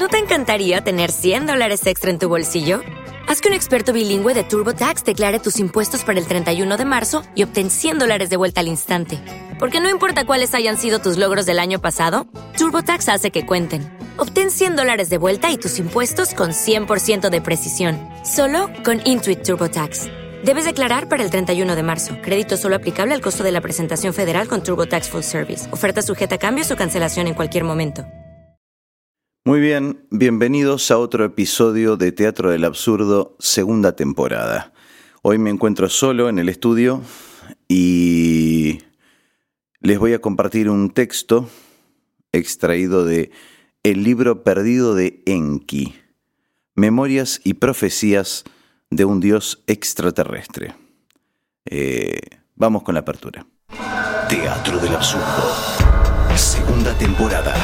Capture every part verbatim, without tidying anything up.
¿No te encantaría tener cien dólares extra en tu bolsillo? Haz que un experto bilingüe de TurboTax declare tus impuestos para el treinta y uno de marzo y obtén cien dólares de vuelta al instante. Porque no importa cuáles hayan sido tus logros del año pasado, TurboTax hace que cuenten. Obtén cien dólares de vuelta y tus impuestos con cien por ciento de precisión. Solo con Intuit TurboTax. Debes declarar para el treinta y uno de marzo. Crédito solo aplicable al costo de la presentación federal con TurboTax Full Service. Oferta sujeta a cambios o cancelación en cualquier momento. Muy bien, bienvenidos a otro episodio de Teatro del Absurdo, segunda temporada. Hoy me encuentro solo en el estudio y les voy a compartir un texto extraído de El libro perdido de Enki, Memorias y profecías de un dios extraterrestre. Eh, vamos con la apertura. Teatro del Absurdo, segunda temporada.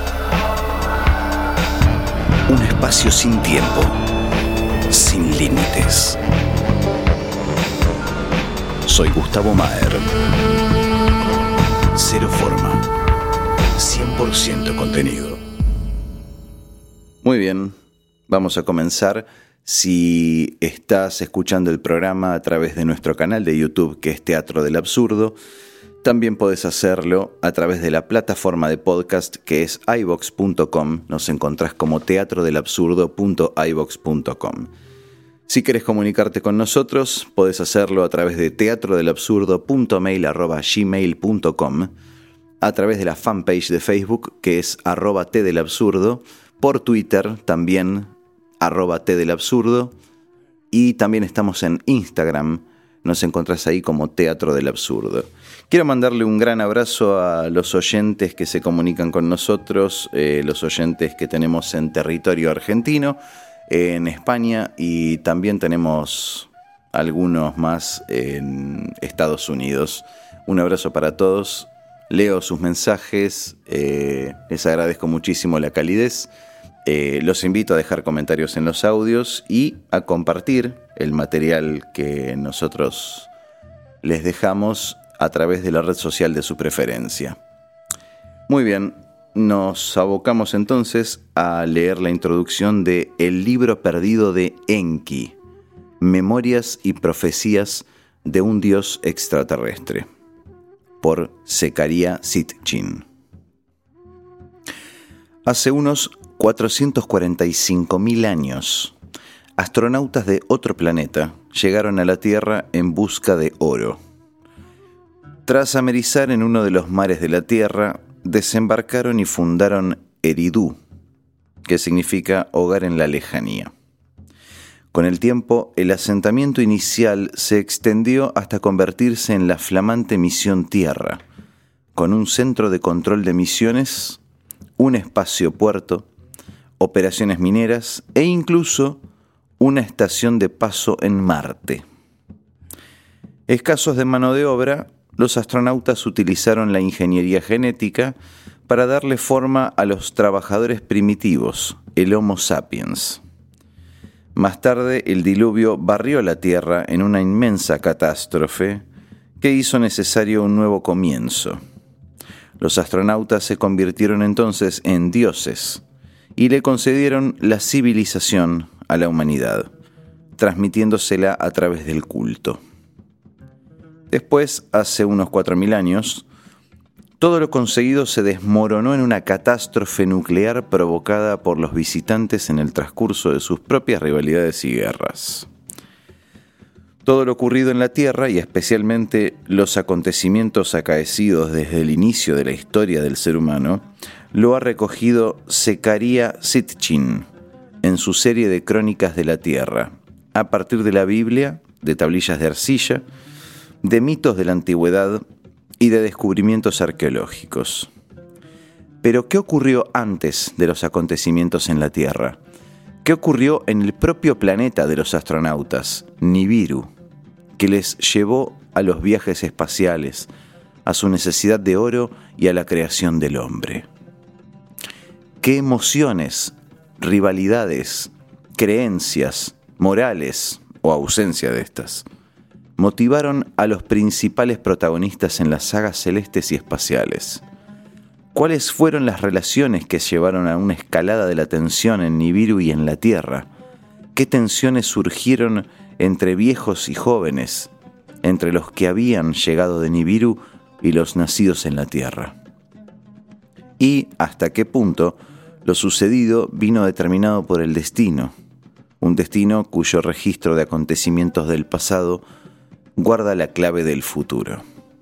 Un espacio sin tiempo, sin límites. Soy Gustavo Maher. Cero forma, cien por ciento contenido. Muy bien, vamos a comenzar. Si estás escuchando el programa a través de nuestro canal de YouTube, que es Teatro del Absurdo, también podés hacerlo a través de la plataforma de podcast que es i vox punto com. Nos encontrás como teatro del absurdo punto i vox punto com. Si querés comunicarte con nosotros, podés hacerlo a través de teatro del absurdo punto mail arroba gmail punto com, a través de la fanpage de Facebook que es arroba t del absurdo, por Twitter también arroba t del absurdo, y también estamos en Instagram. Nos encontrás ahí como Teatro del Absurdo. Quiero mandarle un gran abrazo a los oyentes que se comunican con nosotros, eh, los oyentes que tenemos en territorio argentino, eh, en España, y también tenemos algunos más en Estados Unidos. Un abrazo para todos. Leo sus mensajes, eh, les agradezco muchísimo la calidez. Eh, los invito a dejar comentarios en los audios y a compartir el material que nosotros les dejamos a través de la red social de su preferencia. Muy bien, nos abocamos entonces a leer la introducción de El libro perdido de Enki, Memorias y profecías de un dios extraterrestre, por Zecaria Sitchin. Hace unos cuatrocientos cuarenta y cinco mil años, astronautas de otro planeta llegaron a la Tierra en busca de oro. Tras amerizar en uno de los mares de la Tierra, desembarcaron y fundaron Eridu, que significa hogar en la lejanía. Con el tiempo, el asentamiento inicial se extendió hasta convertirse en la flamante Misión Tierra, con un centro de control de misiones, un espacio puerto, operaciones mineras e incluso una estación de paso en Marte. Escasos de mano de obra, los astronautas utilizaron la ingeniería genética para darle forma a los trabajadores primitivos, el Homo sapiens. Más tarde, el diluvio barrió la Tierra en una inmensa catástrofe que hizo necesario un nuevo comienzo. Los astronautas se convirtieron entonces en dioses y le concedieron la civilización a la humanidad, transmitiéndosela a través del culto. Después, hace unos cuatro mil años, todo lo conseguido se desmoronó en una catástrofe nuclear provocada por los visitantes en el transcurso de sus propias rivalidades y guerras. Todo lo ocurrido en la Tierra, y especialmente los acontecimientos acaecidos desde el inicio de la historia del ser humano, lo ha recogido Zecaria Sitchin en su serie de Crónicas de la Tierra, a partir de la Biblia, de tablillas de arcilla, de mitos de la antigüedad y de descubrimientos arqueológicos. Pero, ¿qué ocurrió antes de los acontecimientos en la Tierra? ¿Qué ocurrió en el propio planeta de los astronautas, Nibiru, que les llevó a los viajes espaciales, a su necesidad de oro y a la creación del hombre? ¿Qué emociones, rivalidades, creencias, morales o ausencia de estas motivaron a los principales protagonistas en las sagas celestes y espaciales? ¿Cuáles fueron las relaciones que llevaron a una escalada de la tensión en Nibiru y en la Tierra? ¿Qué tensiones surgieron entre viejos y jóvenes, entre los que habían llegado de Nibiru y los nacidos en la Tierra? ¿Y hasta qué punto lo sucedido vino determinado por el destino? Un destino cuyo registro de acontecimientos del pasado guarda la clave del futuro.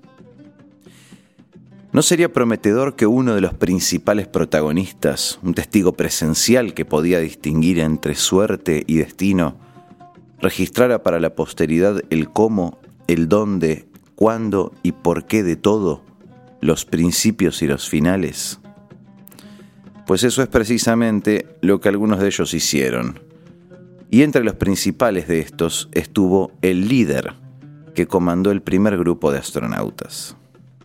¿No sería prometedor que uno de los principales protagonistas, un testigo presencial que podía distinguir entre suerte y destino, registrara para la posteridad el cómo, el dónde, cuándo y por qué de todo, los principios y los finales? Pues eso es precisamente lo que algunos de ellos hicieron. Y entre los principales de estos estuvo el líder que comandó el primer grupo de astronautas.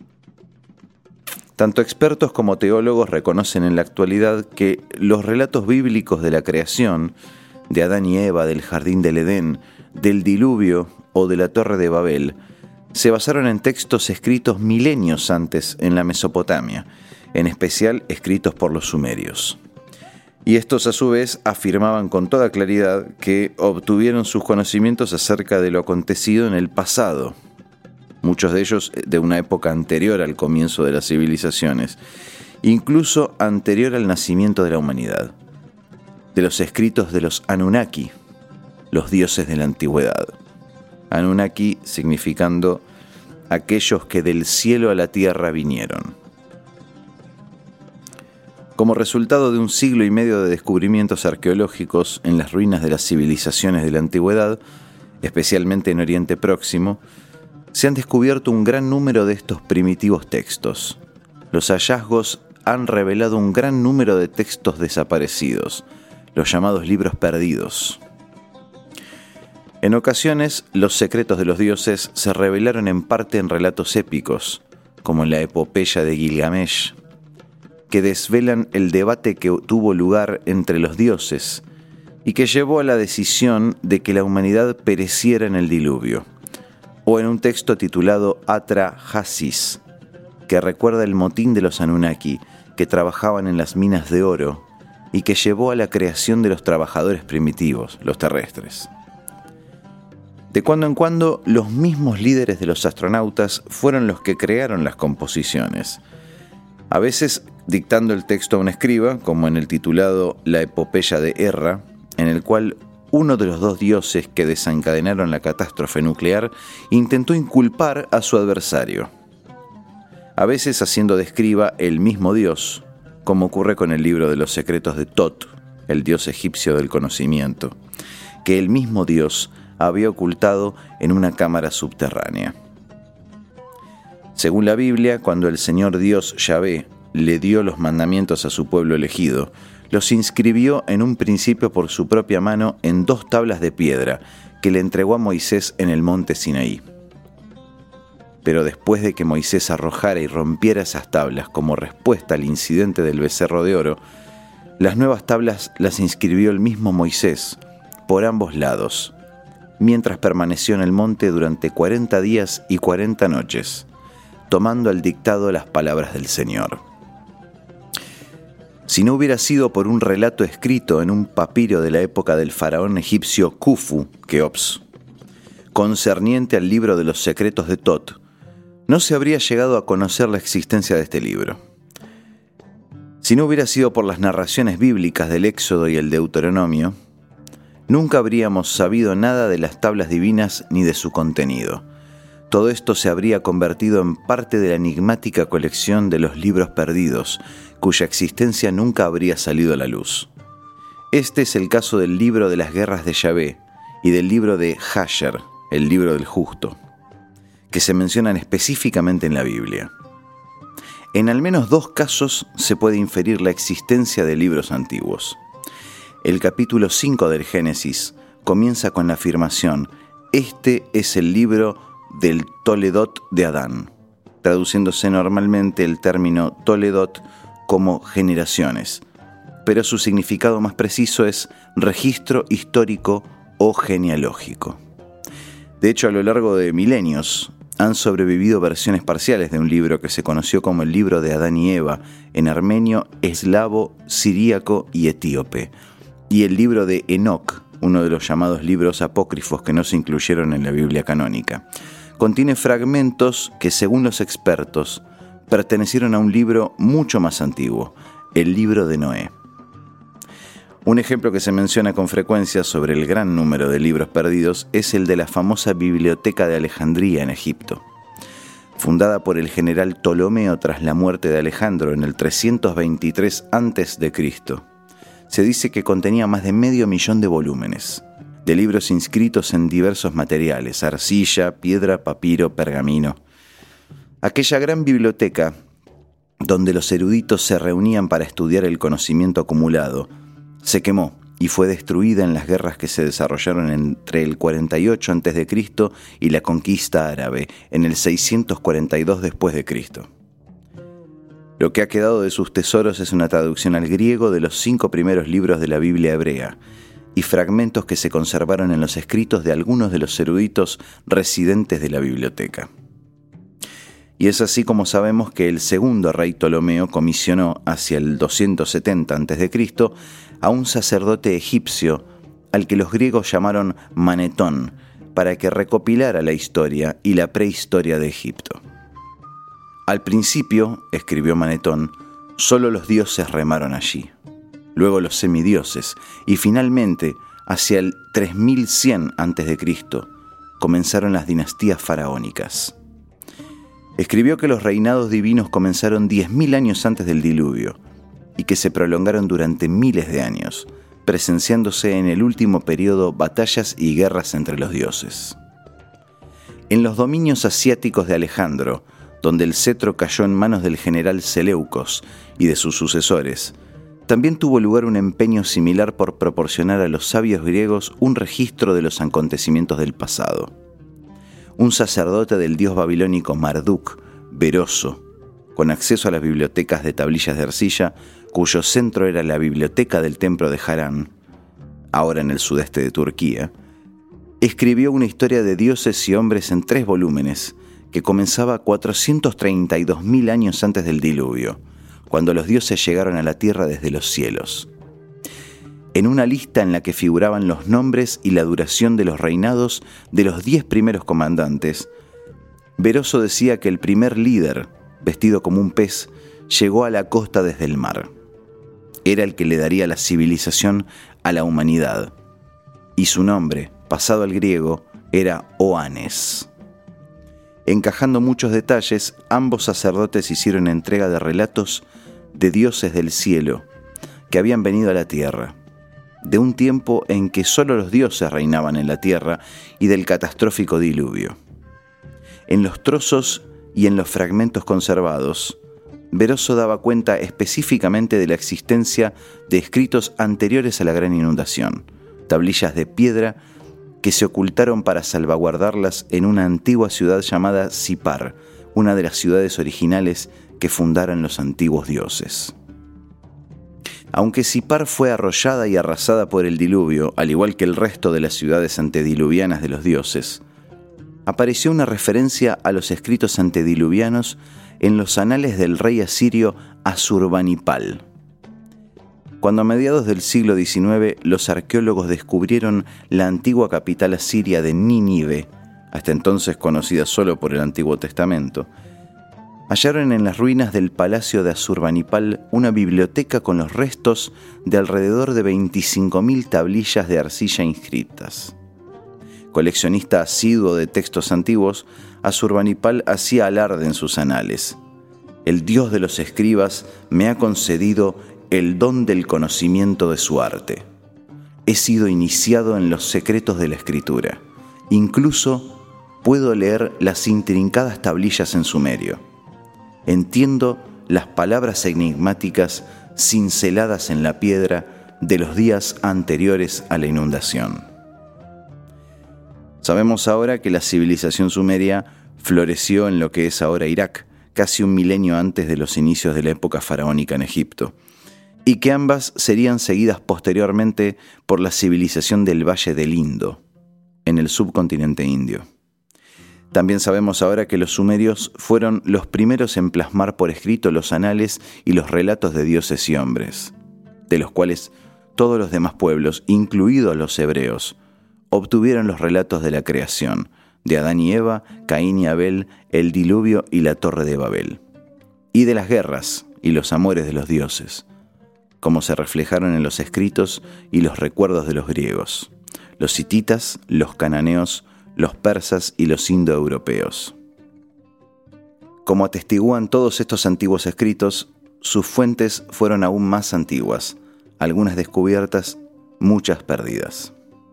Tanto expertos como teólogos reconocen en la actualidad que los relatos bíblicos de la creación, de Adán y Eva, del jardín del Edén, del diluvio o de la Torre de Babel, se basaron en textos escritos milenios antes en la Mesopotamia, en especial escritos por los sumerios. Y estos a su vez afirmaban con toda claridad que obtuvieron sus conocimientos acerca de lo acontecido en el pasado, muchos de ellos de una época anterior al comienzo de las civilizaciones, incluso anterior al nacimiento de la humanidad, de los escritos de los Anunnaki, los dioses de la antigüedad. Anunnaki significando aquellos que del cielo a la tierra vinieron. Como resultado de un siglo y medio de descubrimientos arqueológicos en las ruinas de las civilizaciones de la antigüedad, especialmente en Oriente Próximo, se han descubierto un gran número de estos primitivos textos. Los hallazgos han revelado un gran número de textos desaparecidos, los llamados libros perdidos. En ocasiones, los secretos de los dioses se revelaron en parte en relatos épicos, como en la epopeya de Gilgamesh, que desvelan el debate que tuvo lugar entre los dioses y que llevó a la decisión de que la humanidad pereciera en el diluvio, o en un texto titulado Atra-Hasis, que recuerda el motín de los Anunnaki que trabajaban en las minas de oro y que llevó a la creación de los trabajadores primitivos, los terrestres. De cuando en cuando, los mismos líderes de los astronautas fueron los que crearon las composiciones, a veces dictando el texto a un escriba, como en el titulado La epopeya de Erra, en el cual uno de los dos dioses que desencadenaron la catástrofe nuclear intentó inculpar a su adversario, a veces haciendo de escriba el mismo dios, como ocurre con el libro de los secretos de Tot, el dios egipcio del conocimiento, que el mismo dios había ocultado en una cámara subterránea. Según la Biblia, cuando el Señor Dios Yahvé le dio los mandamientos a su pueblo elegido, los inscribió en un principio por su propia mano en dos tablas de piedra que le entregó a Moisés en el monte Sinaí. Pero después de que Moisés arrojara y rompiera esas tablas como respuesta al incidente del becerro de oro, las nuevas tablas las inscribió el mismo Moisés por ambos lados, mientras permaneció en el monte durante cuarenta días y cuarenta noches, tomando al dictado las palabras del Señor. Si no hubiera sido por un relato escrito en un papiro de la época del faraón egipcio Khufu, Keops, concerniente al libro de los secretos de Tot, no se habría llegado a conocer la existencia de este libro. Si no hubiera sido por las narraciones bíblicas del Éxodo y el Deuteronomio, nunca habríamos sabido nada de las tablas divinas ni de su contenido. Todo esto se habría convertido en parte de la enigmática colección de los libros perdidos, cuya existencia nunca habría salido a la luz. Este es el caso del libro de las guerras de Yahvé y del libro de Jasher, el libro del justo, que se mencionan específicamente en la Biblia. En al menos dos casos se puede inferir la existencia de libros antiguos. El capítulo cinco del Génesis comienza con la afirmación: este es el libro del Toledot de Adán, traduciéndose normalmente el término Toledot como generaciones, pero su significado más preciso es registro histórico o genealógico. De hecho, a lo largo de milenios, han sobrevivido versiones parciales de un libro que se conoció como el libro de Adán y Eva, en armenio, eslavo, siríaco y etíope, y el libro de Enoc, uno de los llamados libros apócrifos que no se incluyeron en la Biblia canónica. Contiene fragmentos que, según los expertos, pertenecieron a un libro mucho más antiguo, el libro de Noé. Un ejemplo que se menciona con frecuencia sobre el gran número de libros perdidos es el de la famosa Biblioteca de Alejandría en Egipto. Fundada por el general Ptolomeo tras la muerte de Alejandro en el trescientos veintitrés antes de Cristo, se dice que contenía más de medio millón de volúmenes, de libros inscritos en diversos materiales, arcilla, piedra, papiro, pergamino. Aquella gran biblioteca, donde los eruditos se reunían para estudiar el conocimiento acumulado, se quemó y fue destruida en las guerras que se desarrollaron entre el cuarenta y ocho antes de Cristo y la conquista árabe en el seiscientos cuarenta y dos después de Cristo. Lo que ha quedado de sus tesoros es una traducción al griego de los cinco primeros libros de la Biblia hebrea y fragmentos que se conservaron en los escritos de algunos de los eruditos residentes de la biblioteca. Y es así como sabemos que el segundo rey Ptolomeo comisionó hacia el doscientos setenta antes de Cristo a un sacerdote egipcio al que los griegos llamaron Manetón para que recopilara la historia y la prehistoria de Egipto. Al principio, escribió Manetón, solo los dioses remaron allí, luego los semidioses y finalmente, hacia el tres mil cien antes de Cristo, comenzaron las dinastías faraónicas. Escribió que los reinados divinos comenzaron diez mil años antes del diluvio y que se prolongaron durante miles de años, presenciándose en el último periodo batallas y guerras entre los dioses. En los dominios asiáticos de Alejandro, donde el cetro cayó en manos del general Seleucos y de sus sucesores, también tuvo lugar un empeño similar por proporcionar a los sabios griegos un registro de los acontecimientos del pasado. Un sacerdote del dios babilónico Marduk, Beroso, con acceso a las bibliotecas de tablillas de arcilla, cuyo centro era la biblioteca del templo de Harán, ahora en el sudeste de Turquía, escribió una historia de dioses y hombres en tres volúmenes que comenzaba cuatrocientos treinta y dos mil años antes del diluvio, cuando los dioses llegaron a la tierra desde los cielos. En una lista en la que figuraban los nombres y la duración de los reinados de los diez primeros comandantes, Beroso decía que el primer líder, vestido como un pez, llegó a la costa desde el mar. Era el que le daría la civilización a la humanidad, y su nombre, pasado al griego, era Oannes. Encajando muchos detalles, ambos sacerdotes hicieron entrega de relatos de dioses del cielo que habían venido a la tierra, de un tiempo en que solo los dioses reinaban en la tierra y del catastrófico diluvio. En los trozos y en los fragmentos conservados, Beroso daba cuenta específicamente de la existencia de escritos anteriores a la gran inundación, tablillas de piedra que se ocultaron para salvaguardarlas en una antigua ciudad llamada Sipar, una de las ciudades originales que fundaron los antiguos dioses. Aunque Sipar fue arrollada y arrasada por el diluvio, al igual que el resto de las ciudades antediluvianas de los dioses, apareció una referencia a los escritos antediluvianos en los anales del rey asirio Asurbanipal. Cuando a mediados del siglo diecinueve los arqueólogos descubrieron la antigua capital asiria de Nínive, hasta entonces conocida solo por el Antiguo Testamento, hallaron en las ruinas del palacio de Asurbanipal una biblioteca con los restos de alrededor de veinticinco mil tablillas de arcilla inscritas. Coleccionista asiduo de textos antiguos, Asurbanipal hacía alarde en sus anales. El dios de los escribas me ha concedido el don del conocimiento de su arte. He sido iniciado en los secretos de la escritura. Incluso puedo leer las intrincadas tablillas en sumerio. Entiendo las palabras enigmáticas cinceladas en la piedra de los días anteriores a la inundación. Sabemos ahora que la civilización sumeria floreció en lo que es ahora Irak, casi un milenio antes de los inicios de la época faraónica en Egipto, y que ambas serían seguidas posteriormente por la civilización del Valle del Indo, en el subcontinente indio. También sabemos ahora que los sumerios fueron los primeros en plasmar por escrito los anales y los relatos de dioses y hombres, de los cuales todos los demás pueblos, incluidos los hebreos, obtuvieron los relatos de la creación, de Adán y Eva, Caín y Abel, el diluvio y la torre de Babel, y de las guerras y los amores de los dioses, como se reflejaron en los escritos y los recuerdos de los griegos, los hititas, los cananeos, los persas y los indoeuropeos. Como atestiguan todos estos antiguos escritos, sus fuentes fueron aún más antiguas, algunas descubiertas, muchas perdidas.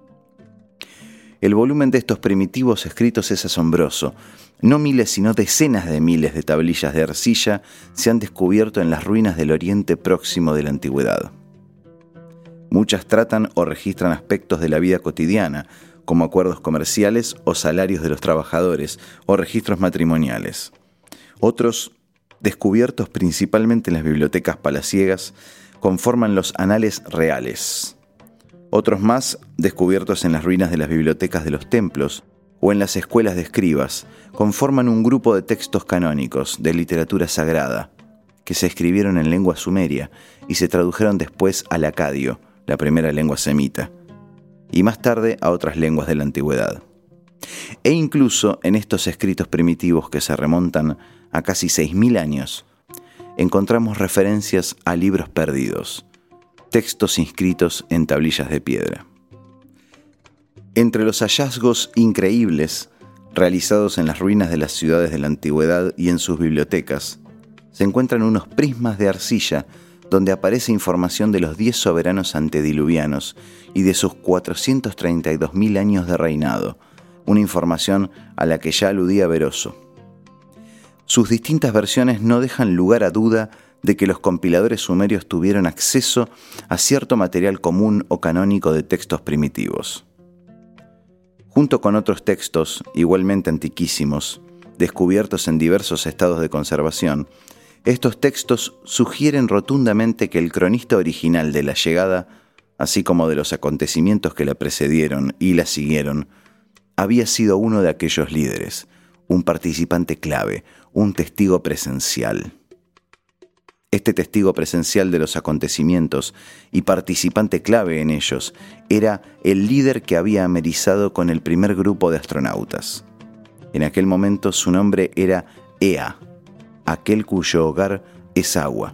El volumen de estos primitivos escritos es asombroso. No miles, sino decenas de miles de tablillas de arcilla se han descubierto en las ruinas del Oriente Próximo de la Antigüedad. Muchas tratan o registran aspectos de la vida cotidiana, como acuerdos comerciales o salarios de los trabajadores, o registros matrimoniales. Otros, descubiertos principalmente en las bibliotecas palaciegas, conforman los anales reales. Otros más, descubiertos en las ruinas de las bibliotecas de los templos o en las escuelas de escribas, conforman un grupo de textos canónicos de literatura sagrada, que se escribieron en lengua sumeria y se tradujeron después al acadio, la primera lengua semita, y más tarde a otras lenguas de la antigüedad. E incluso en estos escritos primitivos que se remontan a casi seis mil años, encontramos referencias a libros perdidos, textos inscritos en tablillas de piedra. Entre los hallazgos increíbles realizados en las ruinas de las ciudades de la antigüedad y en sus bibliotecas, se encuentran unos prismas de arcilla donde aparece información de los diez soberanos antediluvianos y de sus cuatrocientos treinta y dos mil años de reinado, una información a la que ya aludía Beroso. Sus distintas versiones no dejan lugar a duda de que los compiladores sumerios tuvieron acceso a cierto material común o canónico de textos primitivos. Junto con otros textos, igualmente antiquísimos, descubiertos en diversos estados de conservación, estos textos sugieren rotundamente que el cronista original de la llegada, así como de los acontecimientos que la precedieron y la siguieron, había sido uno de aquellos líderes, un participante clave, un testigo presencial. Este testigo presencial de los acontecimientos y participante clave en ellos era el líder que había amerizado con el primer grupo de astronautas. En aquel momento su nombre era Ea, aquel cuyo hogar es agua,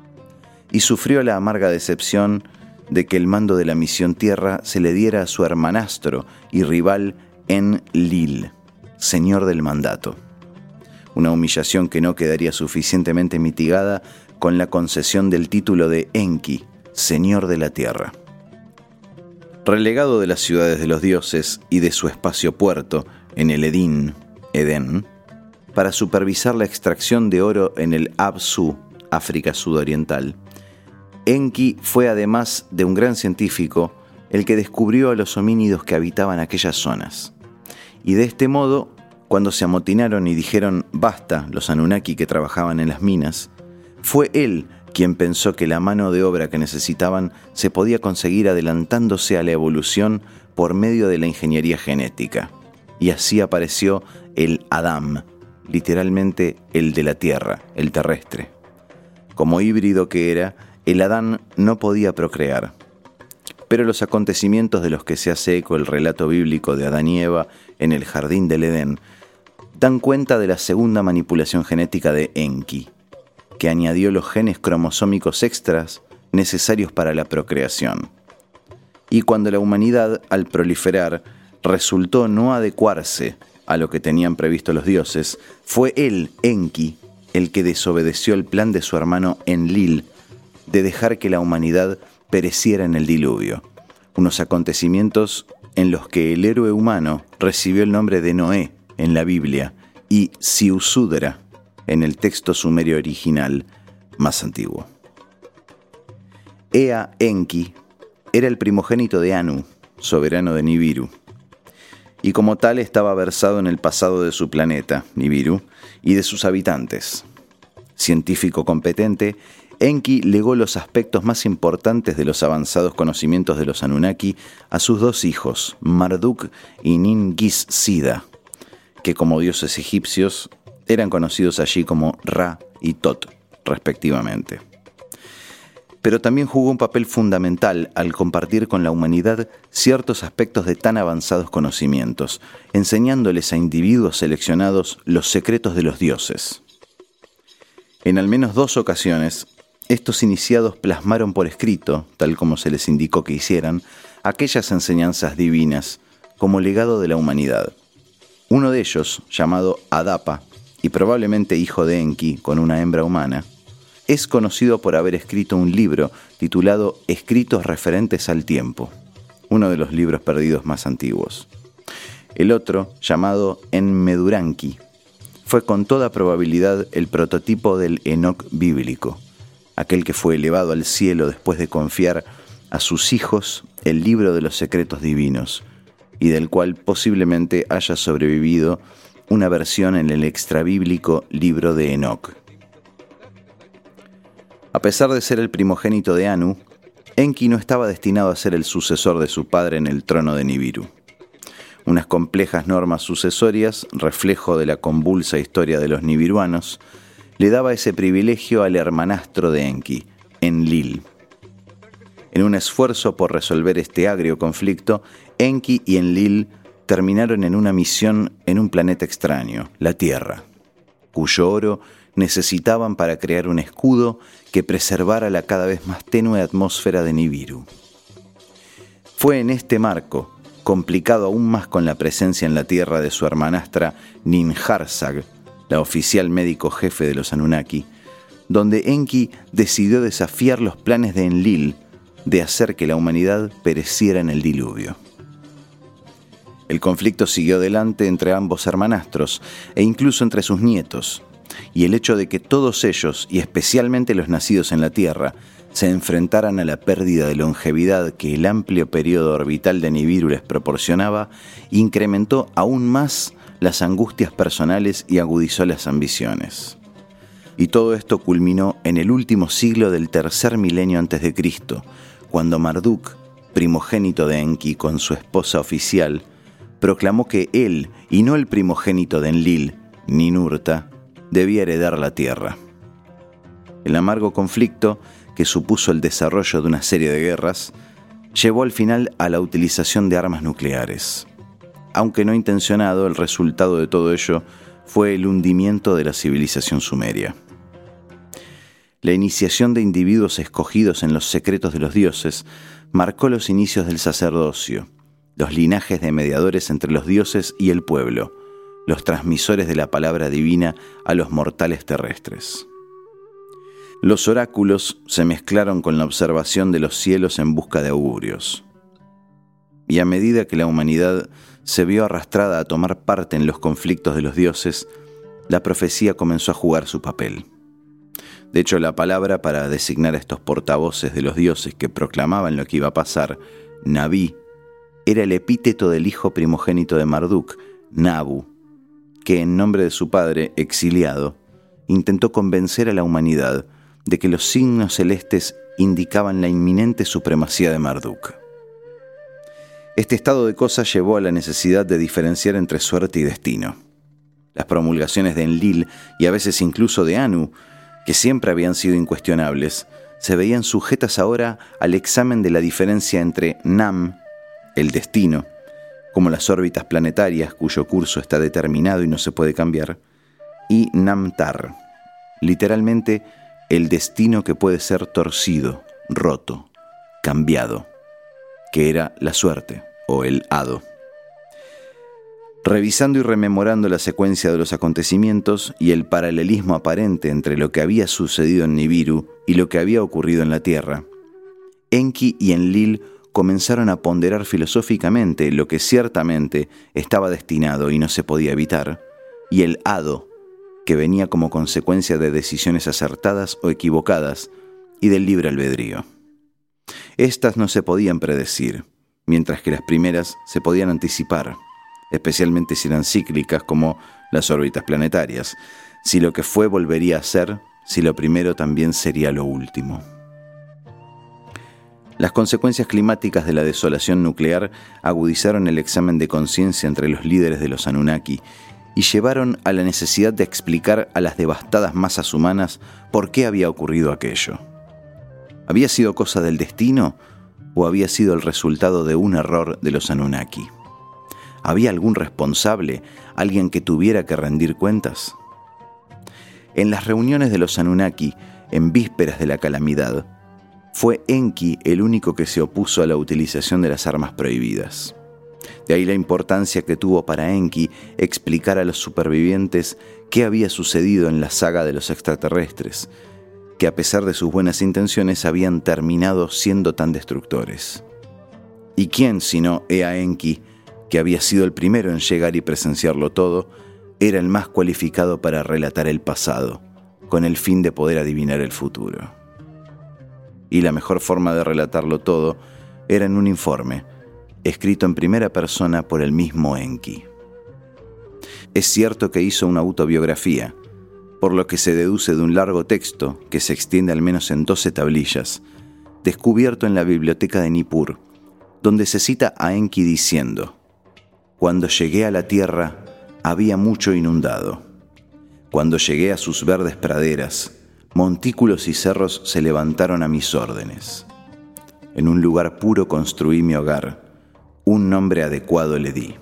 y sufrió la amarga decepción de que el mando de la misión Tierra se le diera a su hermanastro y rival Enlil, señor del mandato, una humillación que no quedaría suficientemente mitigada con la concesión del título de Enki, señor de la Tierra. Relegado de las ciudades de los dioses y de su espacio puerto en el Edín, Edén, para supervisar la extracción de oro en el Absu, África Sudoriental, Enki fue, además de un gran científico, el que descubrió a los homínidos que habitaban aquellas zonas. Y de este modo, cuando se amotinaron y dijeron basta los Anunnaki que trabajaban en las minas, fue él quien pensó que la mano de obra que necesitaban se podía conseguir adelantándose a la evolución por medio de la ingeniería genética. Y así apareció el Adam, literalmente el de la tierra, el terrestre. Como híbrido que era, el Adán no podía procrear. Pero los acontecimientos de los que se hace eco el relato bíblico de Adán y Eva en el jardín del Edén dan cuenta de la segunda manipulación genética de Enki, que añadió los genes cromosómicos extras necesarios para la procreación. Y cuando la humanidad, al proliferar, resultó no adecuarse a lo que tenían previsto los dioses, fue él, Enki, el que desobedeció el plan de su hermano Enlil de dejar que la humanidad pereciera en el diluvio, unos acontecimientos en los que el héroe humano recibió el nombre de Noé en la Biblia y Ziusudra en el texto sumerio original más antiguo. Ea Enki era el primogénito de Anu, soberano de Nibiru, y como tal estaba versado en el pasado de su planeta, Nibiru, y de sus habitantes. Científico competente, Enki legó los aspectos más importantes de los avanzados conocimientos de los Anunnaki a sus dos hijos, Marduk y Nin-Gis-Sida, que como dioses egipcios eran conocidos allí como Ra y Tot, respectivamente. Pero también jugó un papel fundamental al compartir con la humanidad ciertos aspectos de tan avanzados conocimientos, enseñándoles a individuos seleccionados los secretos de los dioses. En al menos dos ocasiones, estos iniciados plasmaron por escrito, tal como se les indicó que hicieran, aquellas enseñanzas divinas como legado de la humanidad. Uno de ellos, llamado Adapa, y probablemente hijo de Enki con una hembra humana, es conocido por haber escrito un libro titulado Escritos referentes al tiempo, uno de los libros perdidos más antiguos. El otro, llamado Enmeduranki, fue con toda probabilidad el prototipo del Enoc bíblico, aquel que fue elevado al cielo después de confiar a sus hijos el libro de los secretos divinos, y del cual posiblemente haya sobrevivido una versión en el extrabíblico libro de Enoc. A pesar de ser el primogénito de Anu, Enki no estaba destinado a ser el sucesor de su padre en el trono de Nibiru. Unas complejas normas sucesorias, reflejo de la convulsa historia de los nibiruanos, le daba ese privilegio al hermanastro de Enki, Enlil. En un esfuerzo por resolver este agrio conflicto, Enki y Enlil terminaron en una misión en un planeta extraño, la Tierra, cuyo oro necesitaban para crear un escudo que preservara la cada vez más tenue atmósfera de Nibiru. Fue en este marco, complicado aún más con la presencia en la Tierra de su hermanastra Ninjarsag, la oficial médico jefe de los Anunnaki, donde Enki decidió desafiar los planes de Enlil de hacer que la humanidad pereciera en el diluvio. El conflicto siguió adelante entre ambos hermanastros e incluso entre sus nietos, y el hecho de que todos ellos, y especialmente los nacidos en la Tierra, se enfrentaran a la pérdida de longevidad que el amplio periodo orbital de Nibiru les proporcionaba, incrementó aún más las angustias personales y agudizó las ambiciones. Y todo esto culminó en el último siglo del tercer milenio antes de Cristo, cuando Marduk, primogénito de Enki con su esposa oficial, proclamó que él, y no el primogénito de Enlil, Ninurta, debía heredar la tierra. El amargo conflicto, que supuso el desarrollo de una serie de guerras, llevó al final a la utilización de armas nucleares. Aunque no intencionado, el resultado de todo ello fue el hundimiento de la civilización sumeria. La iniciación de individuos escogidos en los secretos de los dioses marcó los inicios del sacerdocio, los linajes de mediadores entre los dioses y el pueblo, los transmisores de la palabra divina a los mortales terrestres. Los oráculos se mezclaron con la observación de los cielos en busca de augurios. Y a medida que la humanidad se vio arrastrada a tomar parte en los conflictos de los dioses, la profecía comenzó a jugar su papel. De hecho, la palabra para designar a estos portavoces de los dioses que proclamaban lo que iba a pasar, Nabí, era el epíteto del hijo primogénito de Marduk, Nabu, que en nombre de su padre, exiliado, intentó convencer a la humanidad de que los signos celestes indicaban la inminente supremacía de Marduk. Este estado de cosas llevó a la necesidad de diferenciar entre suerte y destino. Las promulgaciones de Enlil y a veces incluso de Anu, que siempre habían sido incuestionables, se veían sujetas ahora al examen de la diferencia entre Nam, el destino, como las órbitas planetarias cuyo curso está determinado y no se puede cambiar, y Namtar, literalmente el destino que puede ser torcido, roto, cambiado, que era la suerte o el hado. Revisando y rememorando la secuencia de los acontecimientos y el paralelismo aparente entre lo que había sucedido en Nibiru y lo que había ocurrido en la Tierra, Enki y Enlil comenzaron a ponderar filosóficamente lo que ciertamente estaba destinado y no se podía evitar, y el hado, que venía como consecuencia de decisiones acertadas o equivocadas y del libre albedrío. Estas no se podían predecir, mientras que las primeras se podían anticipar, especialmente si eran cíclicas como las órbitas planetarias. Si lo que fue volvería a ser, si lo primero también sería lo último. Las consecuencias climáticas de la desolación nuclear agudizaron el examen de conciencia entre los líderes de los Anunnaki y llevaron a la necesidad de explicar a las devastadas masas humanas por qué había ocurrido aquello. ¿Había sido cosa del destino o había sido el resultado de un error de los Anunnaki? ¿Había algún responsable, alguien que tuviera que rendir cuentas? En las reuniones de los Anunnaki, en vísperas de la calamidad, fue Enki el único que se opuso a la utilización de las armas prohibidas. De ahí la importancia que tuvo para Enki explicar a los supervivientes qué había sucedido en la saga de los extraterrestres, que a pesar de sus buenas intenciones habían terminado siendo tan destructores. ¿Y quién, sino Ea Enki, que había sido el primero en llegar y presenciarlo todo, era el más cualificado para relatar el pasado, con el fin de poder adivinar el futuro? Y la mejor forma de relatarlo todo era en un informe, escrito en primera persona por el mismo Enki. Es cierto que hizo una autobiografía, por lo que se deduce de un largo texto, que se extiende al menos en doce tablillas, descubierto en la biblioteca de Nippur, donde se cita a Enki diciendo: «Cuando llegué a la tierra, había mucho inundado. Cuando llegué a sus verdes praderas, montículos y cerros se levantaron a mis órdenes. En un lugar puro construí mi hogar, un nombre adecuado le di».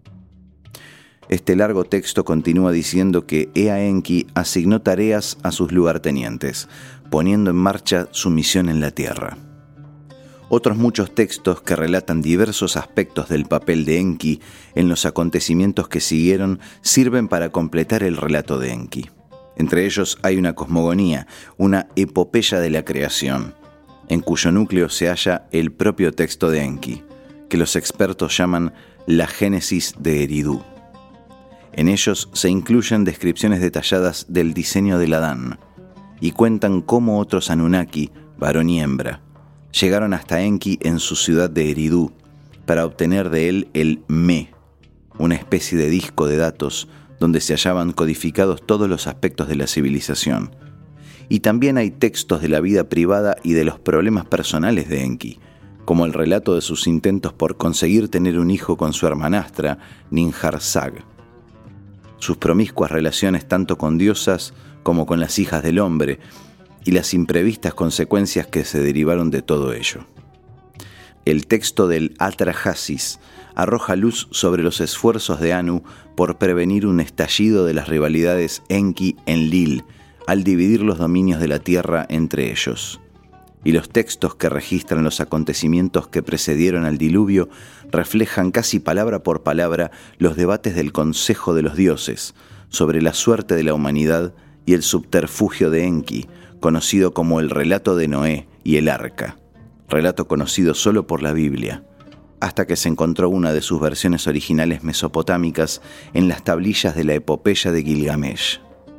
Este largo texto continúa diciendo que Ea Enki asignó tareas a sus lugartenientes, poniendo en marcha su misión en la Tierra. Otros muchos textos que relatan diversos aspectos del papel de Enki en los acontecimientos que siguieron sirven para completar el relato de Enki. Entre ellos hay una cosmogonía, una epopeya de la creación, en cuyo núcleo se halla el propio texto de Enki, que los expertos llaman la Génesis de Eridu. En ellos se incluyen descripciones detalladas del diseño del Adán y cuentan cómo otros Anunnaki, varón y hembra, llegaron hasta Enki en su ciudad de Eridu para obtener de él el Me, una especie de disco de datos donde se hallaban codificados todos los aspectos de la civilización. Y también hay textos de la vida privada y de los problemas personales de Enki, como el relato de sus intentos por conseguir tener un hijo con su hermanastra, Ninjarsag, sus promiscuas relaciones tanto con diosas como con las hijas del hombre, y las imprevistas consecuencias que se derivaron de todo ello. El texto del Atrahasis arroja luz sobre los esfuerzos de Anu por prevenir un estallido de las rivalidades Enki-Enlil al dividir los dominios de la tierra entre ellos. Y los textos que registran los acontecimientos que precedieron al diluvio reflejan casi palabra por palabra los debates del Consejo de los Dioses sobre la suerte de la humanidad y el subterfugio de Enki, conocido como el relato de Noé y el Arca, relato conocido solo por la Biblia, hasta que se encontró una de sus versiones originales mesopotámicas en las tablillas de la epopeya de Gilgamesh.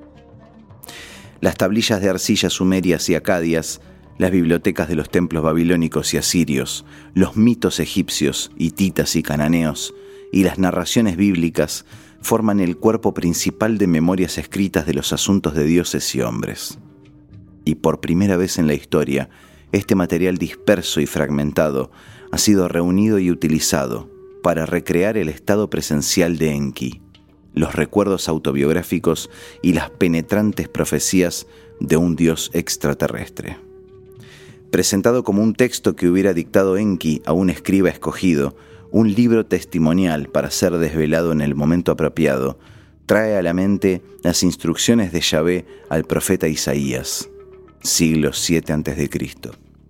Las tablillas de arcilla sumerias y acadias, las bibliotecas de los templos babilónicos y asirios, los mitos egipcios, hititas y cananeos, y las narraciones bíblicas forman el cuerpo principal de memorias escritas de los asuntos de dioses y hombres. Y por primera vez en la historia, este material disperso y fragmentado ha sido reunido y utilizado para recrear el estado presencial de Enki, los recuerdos autobiográficos y las penetrantes profecías de un dios extraterrestre. Presentado como un texto que hubiera dictado Enki a un escriba escogido, un libro testimonial para ser desvelado en el momento apropiado, trae a la mente las instrucciones de Yahvé al profeta Isaías, siglo siete antes de Cristo.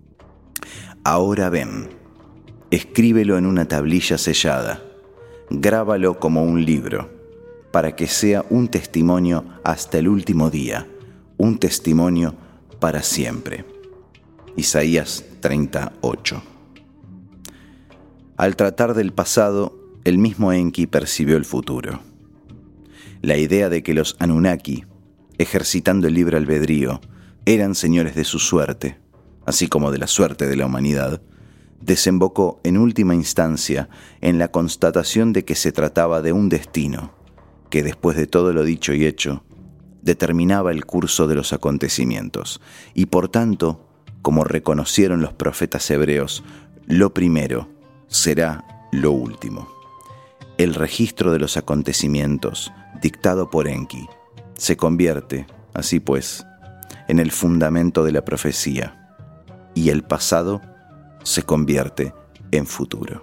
Ahora ven, escríbelo en una tablilla sellada, grábalo como un libro, para que sea un testimonio hasta el último día, un testimonio para siempre. Isaías treinta y ocho. Al tratar del pasado, el mismo Enki percibió el futuro. La idea de que los Anunnaki, ejercitando el libre albedrío, eran señores de su suerte, así como de la suerte de la humanidad, desembocó en última instancia en la constatación de que se trataba de un destino, que después de todo lo dicho y hecho, determinaba el curso de los acontecimientos, y por tanto, como reconocieron los profetas hebreos, lo primero será lo último. El registro de los acontecimientos dictado por Enki, se convierte, así pues, en el fundamento de la profecía, y el pasado se convierte en futuro.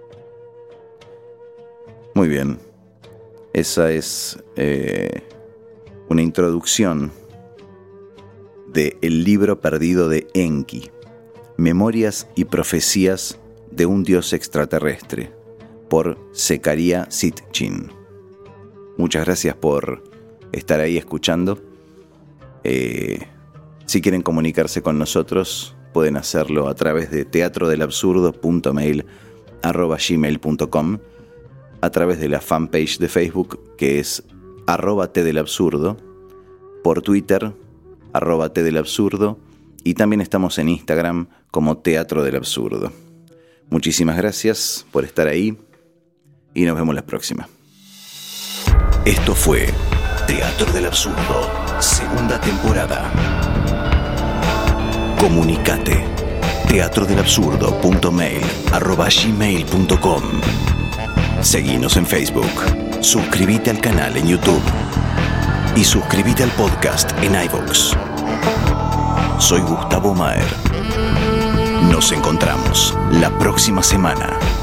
Muy bien, esa es eh, una introducción de El libro perdido de Enki, Memorias y profecías de un dios extraterrestre, por Zecaria Sitchin. Muchas gracias por estar ahí escuchando. Eh, si quieren comunicarse con nosotros, pueden hacerlo a través de teatrodelabsurdo punto mail arroba gmail punto com, a través de la fanpage de Facebook, que es arroba tdelabsurdo, por Twitter, arroba tdelabsurdo, y también estamos en Instagram como Teatro del Absurdo. Muchísimas gracias por estar ahí y nos vemos la próxima. Esto fue Teatro del Absurdo, segunda temporada. Comunicate. teatrodelabsurdo punto mail arroba gmail punto com. Seguinos en Facebook. Suscríbete al canal en YouTube. Y suscríbete al podcast en iVoox. Soy Gustavo Maher. Nos encontramos la próxima semana.